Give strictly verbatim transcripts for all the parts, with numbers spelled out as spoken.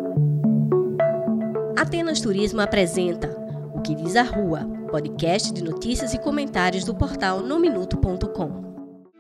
Atenas Turismo apresenta O que diz a Rua, podcast de notícias e comentários do portal nominuto ponto com.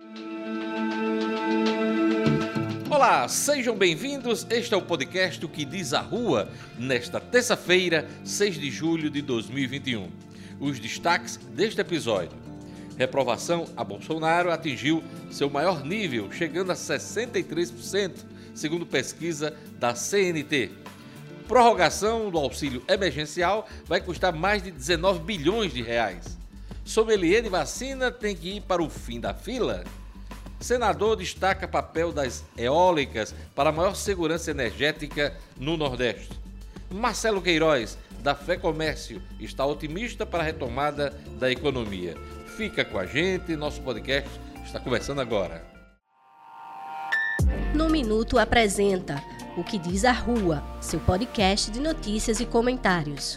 Olá, sejam bem-vindos. Este é o podcast O que diz a Rua, nesta terça-feira, seis de julho de dois mil e vinte e um. Os destaques deste episódio. Reprovação a Bolsonaro atingiu seu maior nível, chegando a sessenta e três por cento, segundo pesquisa da C N T. Prorrogação do auxílio emergencial vai custar mais de dezenove bilhões de reais. Sommelier de vacina tem que ir para o fim da fila? Senador destaca papel das eólicas para maior segurança energética no Nordeste. Marcelo Queiroz, da Fé Comércio, está otimista para a retomada da economia. Fica com a gente, nosso podcast está começando agora. No Minuto apresenta O que diz a Rua, seu podcast de notícias e comentários.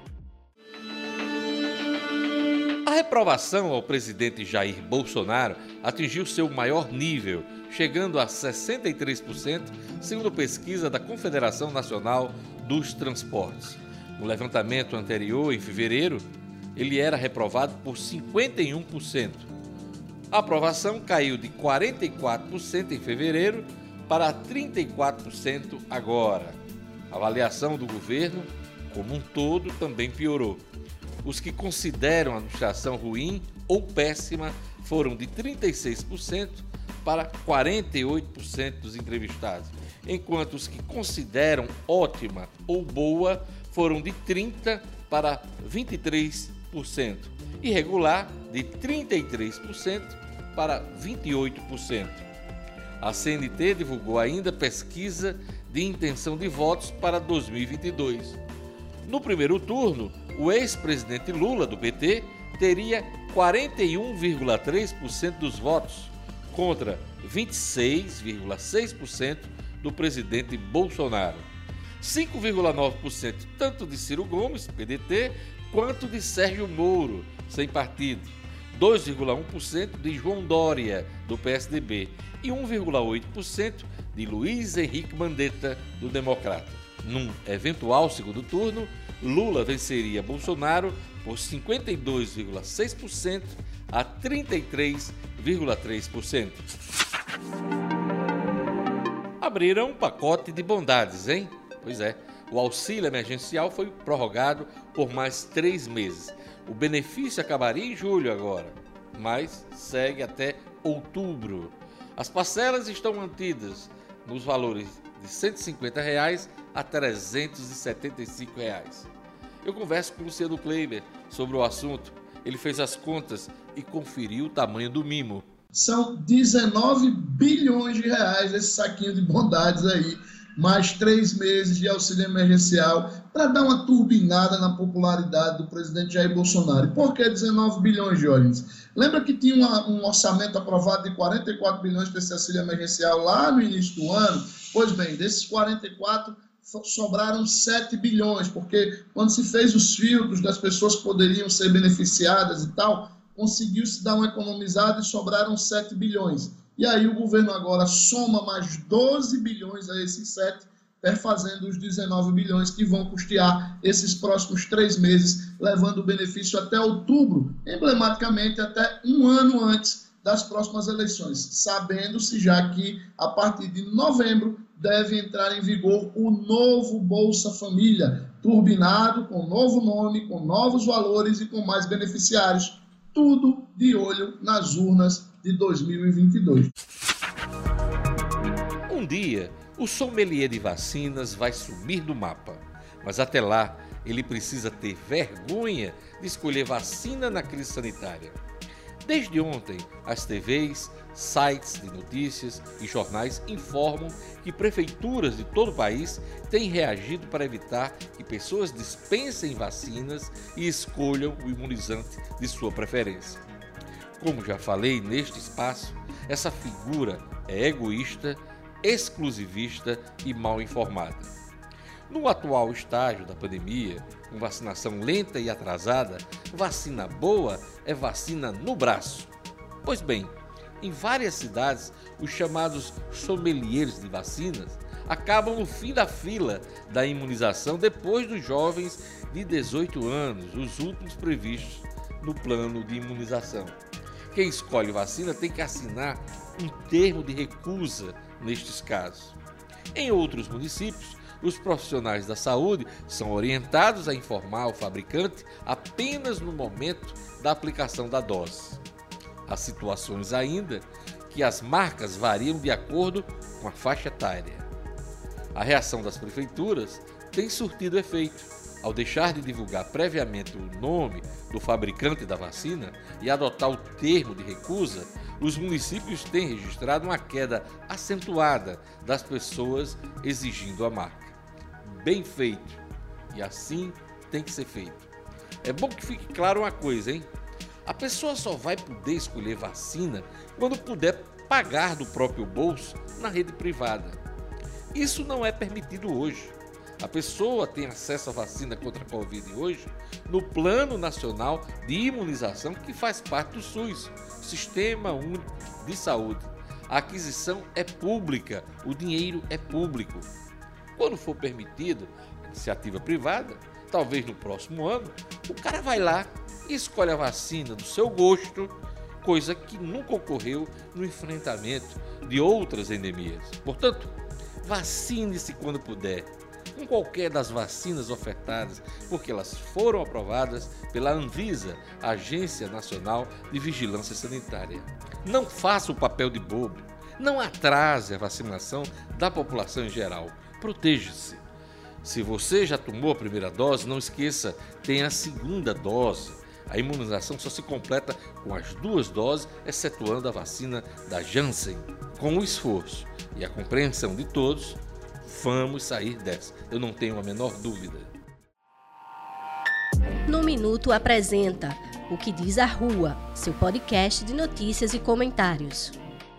A reprovação ao presidente Jair Bolsonaro atingiu seu maior nível, chegando a sessenta e três por cento, segundo pesquisa da Confederação Nacional dos Transportes. No levantamento anterior, em fevereiro, ele era reprovado por cinquenta e um por cento. A aprovação caiu de quarenta e quatro por cento em fevereiro para trinta e quatro por cento agora. A avaliação do governo, como um todo, também piorou. Os que consideram a administração ruim ou péssima foram de trinta e seis por cento para quarenta e oito por cento dos entrevistados, enquanto os que consideram ótima ou boa foram de trinta por cento para vinte e três por cento, e regular de trinta e três por cento para vinte e oito por cento. A C N T divulgou ainda pesquisa de intenção de votos para dois mil e vinte e dois. No primeiro turno, o ex-presidente Lula, do P T, teria quarenta e um vírgula três por cento dos votos, contra vinte e seis vírgula seis por cento do presidente Bolsonaro. cinco vírgula nove por cento tanto de Ciro Gomes, P D T, quanto de Sérgio Moro, sem partido. dois vírgula um por cento de João Dória, do P S D B, e um vírgula oito por cento de Luiz Henrique Mandetta, do Democrata. Num eventual segundo turno, Lula venceria Bolsonaro por cinquenta e dois vírgula seis por cento a trinta e três vírgula três por cento. Abriram um pacote de bondades, hein? Pois é, o auxílio emergencial foi prorrogado por mais três meses. O benefício acabaria em julho agora, mas segue até outubro. As parcelas estão mantidas nos valores de cento e cinquenta reais a trezentos e setenta e cinco reais. Eu converso com o Luciano Kleiber sobre o assunto. Ele fez as contas e conferiu o tamanho do mimo. São dezenove bilhões de reais esse saquinho de bondades aí, mais três meses de auxílio emergencial para dar uma turbinada na popularidade do presidente Jair Bolsonaro. E por que dezenove bilhões, Jorgens? Lembra que tinha uma, um orçamento aprovado de quarenta e quatro bilhões para esse auxílio emergencial lá no início do ano? Pois bem, desses quarenta e quatro, sobraram sete bilhões, porque quando se fez os filtros das pessoas que poderiam ser beneficiadas e tal, conseguiu-se dar uma economizada e sobraram sete bilhões. E aí o governo agora soma mais doze bilhões a esses sete, perfazendo os dezenove bilhões que vão custear esses próximos três meses, levando o benefício até outubro, emblematicamente até um ano antes das próximas eleições, sabendo-se já que a partir de novembro deve entrar em vigor o novo Bolsa Família, turbinado, com novo nome, com novos valores e com mais beneficiários, tudo de olho nas urnas de dois mil e vinte e dois. Um dia, o sommelier de vacinas vai sumir do mapa, mas até lá ele precisa ter vergonha de escolher vacina na crise sanitária. Desde ontem, as T Vs, sites de notícias e jornais informam que prefeituras de todo o país têm reagido para evitar que pessoas dispensem vacinas e escolham o imunizante de sua preferência. Como já falei neste espaço, essa figura é egoísta, exclusivista e mal informada. No atual estágio da pandemia, com vacinação lenta e atrasada, vacina boa é vacina no braço. Pois bem, em várias cidades, os chamados sommeliers de vacinas acabam no fim da fila da imunização depois dos jovens de dezoito anos, os últimos previstos no plano de imunização. Quem escolhe vacina tem que assinar um termo de recusa nestes casos. Em outros municípios, os profissionais da saúde são orientados a informar o fabricante apenas no momento da aplicação da dose. Há situações ainda que as marcas variam de acordo com a faixa etária. A reação das prefeituras tem surtido efeito. Ao deixar de divulgar previamente o nome do fabricante da vacina e adotar o termo de recusa, os municípios têm registrado uma queda acentuada das pessoas exigindo a marca. Bem feito, e assim tem que ser feito. É bom que fique claro uma coisa, hein? A pessoa só vai poder escolher vacina quando puder pagar do próprio bolso na rede privada. Isso não é permitido hoje. A pessoa tem acesso à vacina contra a Covid hoje no Plano Nacional de Imunização, que faz parte do SUS, Sistema Único de Saúde. A aquisição é pública, o dinheiro é público. Quando for permitido iniciativa privada, talvez no próximo ano, o cara vai lá e escolhe a vacina do seu gosto, coisa que nunca ocorreu no enfrentamento de outras endemias. Portanto, vacine-se quando puder, com qualquer das vacinas ofertadas, porque elas foram aprovadas pela Anvisa, Agência Nacional de Vigilância Sanitária. Não faça o papel de bobo, não atrase a vacinação da população em geral. Proteja-se. Se você já tomou a primeira dose, não esqueça, tem a segunda dose. A imunização só se completa com as duas doses, excetuando a vacina da Janssen. Com o esforço e a compreensão de todos, vamos sair dessa. Eu não tenho a menor dúvida. No Minuto apresenta O que diz a Rua, seu podcast de notícias e comentários.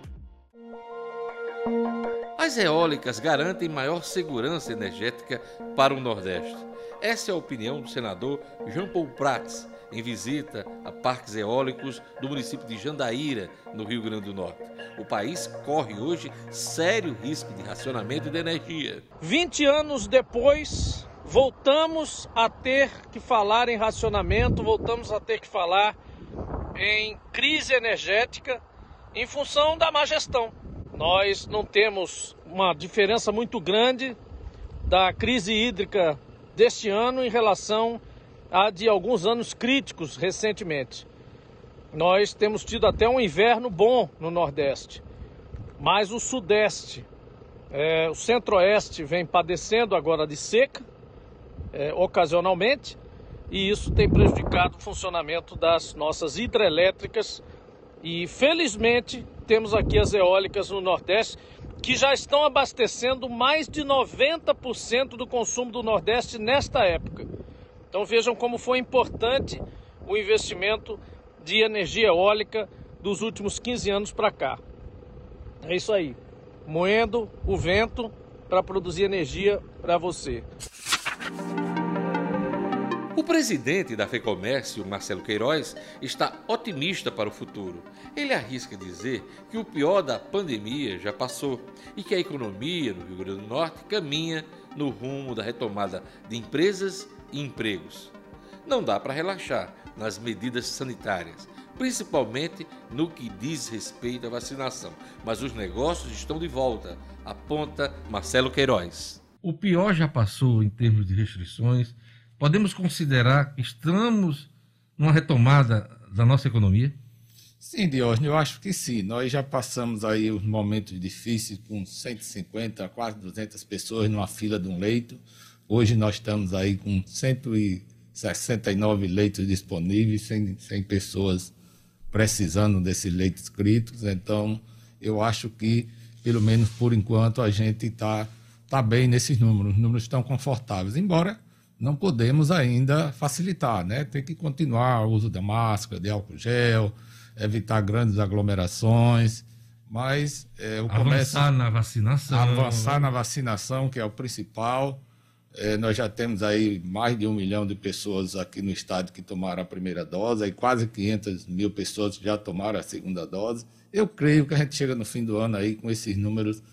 As eólicas garantem maior segurança energética para o Nordeste. Essa é a opinião do senador Jean Paul Prats, em visita a parques eólicos do município de Jandaíra, no Rio Grande do Norte. O país corre hoje sério risco de racionamento de energia. vinte anos depois, voltamos a ter que falar em racionamento, voltamos a ter que falar em crise energética em função da má gestão. Nós não temos uma diferença muito grande da crise hídrica deste ano em relação a de alguns anos críticos recentemente. Nós temos tido até um inverno bom no Nordeste, mas o Sudeste, é, o Centro-Oeste vem padecendo agora de seca, é, ocasionalmente, e isso tem prejudicado o funcionamento das nossas hidrelétricas. E felizmente temos aqui as eólicas no Nordeste, que já estão abastecendo mais de noventa por cento do consumo do Nordeste nesta época. Então vejam como foi importante o investimento de energia eólica dos últimos quinze anos para cá. É isso aí, moendo o vento para produzir energia para você. O presidente da FEComércio, Marcelo Queiroz, está otimista para o futuro. Ele arrisca dizer que o pior da pandemia já passou e que a economia no Rio Grande do Norte caminha no rumo da retomada de empresas e empregos. Não dá para relaxar nas medidas sanitárias, principalmente no que diz respeito à vacinação, mas os negócios estão de volta, aponta Marcelo Queiroz. O pior já passou em termos de restrições. Podemos considerar que estamos numa retomada da nossa economia? Sim, Diógenes, eu acho que sim. Nós já passamos aí os momentos difíceis com cento e cinquenta, quase duzentas pessoas numa fila de um leito. Hoje nós estamos aí com cento e sessenta e nove leitos disponíveis, cem, cem pessoas precisando desses leitos inscritos. Então, eu acho que, pelo menos por enquanto, a gente está tá bem nesses números. Os números estão confortáveis, embora não podemos ainda facilitar, né? Tem que continuar o uso da máscara, de álcool gel, evitar grandes aglomerações, mas é, o avançar comércio... na vacinação. Avançar na vacinação, que é o principal. É, nós já temos aí mais de um milhão de pessoas aqui no estado que tomaram a primeira dose, e quase quinhentas mil pessoas já tomaram a segunda dose. Eu creio que a gente chega no fim do ano aí com esses números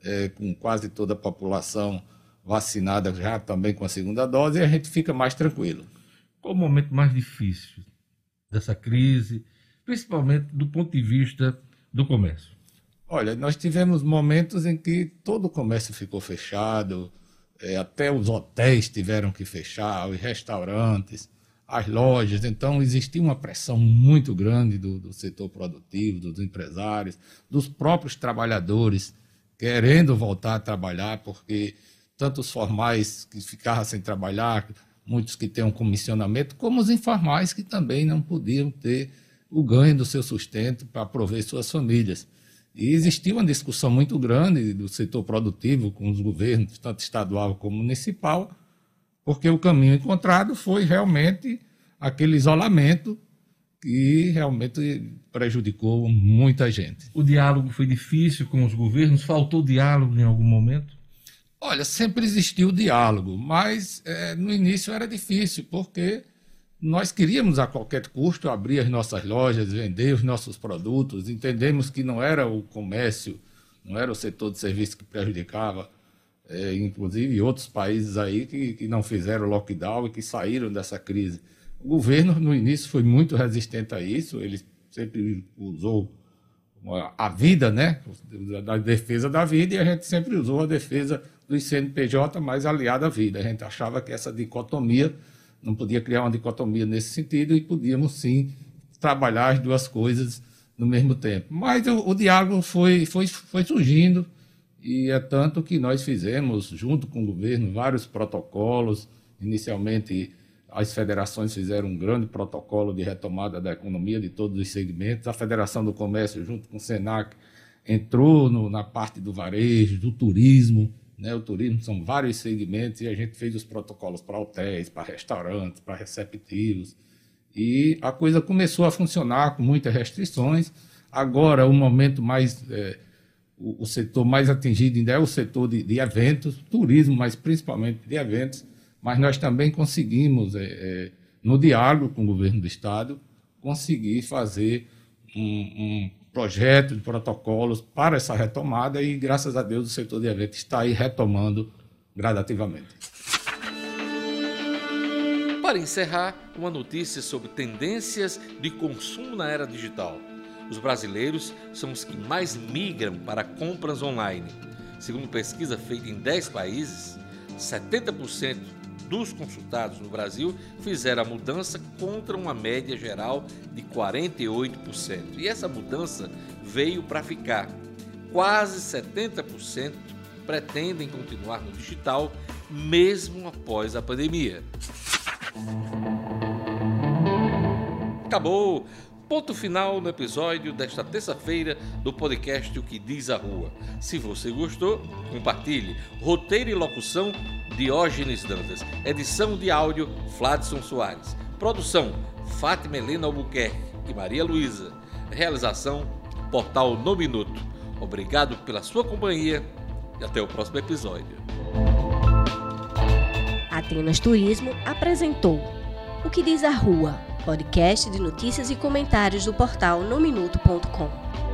é, com quase toda a população vacinada já também com a segunda dose, e a gente fica mais tranquilo. Qual o momento mais difícil dessa crise, principalmente do ponto de vista do comércio? Olha, nós tivemos momentos em que todo o comércio ficou fechado, é, até os hotéis tiveram que fechar, os restaurantes, as lojas. Então, existia uma pressão muito grande do, do setor produtivo, dos empresários, dos próprios trabalhadores querendo voltar a trabalhar, porque tanto os formais que ficavam sem trabalhar, muitos que têm um comissionamento, como os informais que também não podiam ter o ganho do seu sustento para prover suas famílias. E existia uma discussão muito grande do setor produtivo com os governos, tanto estadual como municipal, porque o caminho encontrado foi realmente aquele isolamento que realmente prejudicou muita gente. O diálogo foi difícil com os governos? Faltou diálogo em algum momento? Olha, sempre existiu diálogo, mas é, no início era difícil, porque nós queríamos a qualquer custo abrir as nossas lojas, vender os nossos produtos, entendemos que não era o comércio, não era o setor de serviço que prejudicava, é, inclusive outros países aí que, que não fizeram lockdown e que saíram dessa crise. O governo, no início, foi muito resistente a isso, ele sempre usou a vida, né, da defesa da vida, e a gente sempre usou a defesa do C N P J mais aliada à vida. A gente achava que essa dicotomia, não podia criar uma dicotomia nesse sentido, e podíamos sim trabalhar as duas coisas no mesmo tempo. Mas o, o diálogo foi, foi, foi surgindo, e é tanto que nós fizemos, junto com o governo, vários protocolos. Inicialmente, as federações fizeram um grande protocolo de retomada da economia de todos os segmentos. A Federação do Comércio, junto com o Senac, entrou no, na parte do varejo, do turismo, né? O turismo são vários segmentos, e a gente fez os protocolos para hotéis, para restaurantes, para receptivos, e a coisa começou a funcionar com muitas restrições. Agora, o momento mais, é, o, o setor mais atingido ainda é o setor de, de eventos, turismo, mas principalmente de eventos, mas nós também conseguimos, é, é, no diálogo com o governo do Estado, conseguir fazer um, um projeto de protocolos para essa retomada, e, graças a Deus, o setor de eventos está aí retomando gradativamente. Para encerrar, uma notícia sobre tendências de consumo na era digital. Os brasileiros são os que mais migram para compras online. Segundo pesquisa feita em dez países, setenta por cento dos consultados no Brasil fizeram a mudança, contra uma média geral de quarenta e oito por cento. E essa mudança veio para ficar. Quase setenta por cento pretendem continuar no digital, mesmo após a pandemia. Acabou! Ponto final no episódio desta terça-feira do podcast O Que Diz a Rua. Se você gostou, compartilhe. Roteiro e locução, Diógenes Dantas. Edição de áudio, Fladson Soares. Produção, Fátima Helena Albuquerque e Maria Luísa. Realização, Portal No Minuto. Obrigado pela sua companhia e até o próximo episódio. Atenas Turismo apresentou O Que Diz a Rua, podcast de notícias e comentários do portal nominuto ponto com.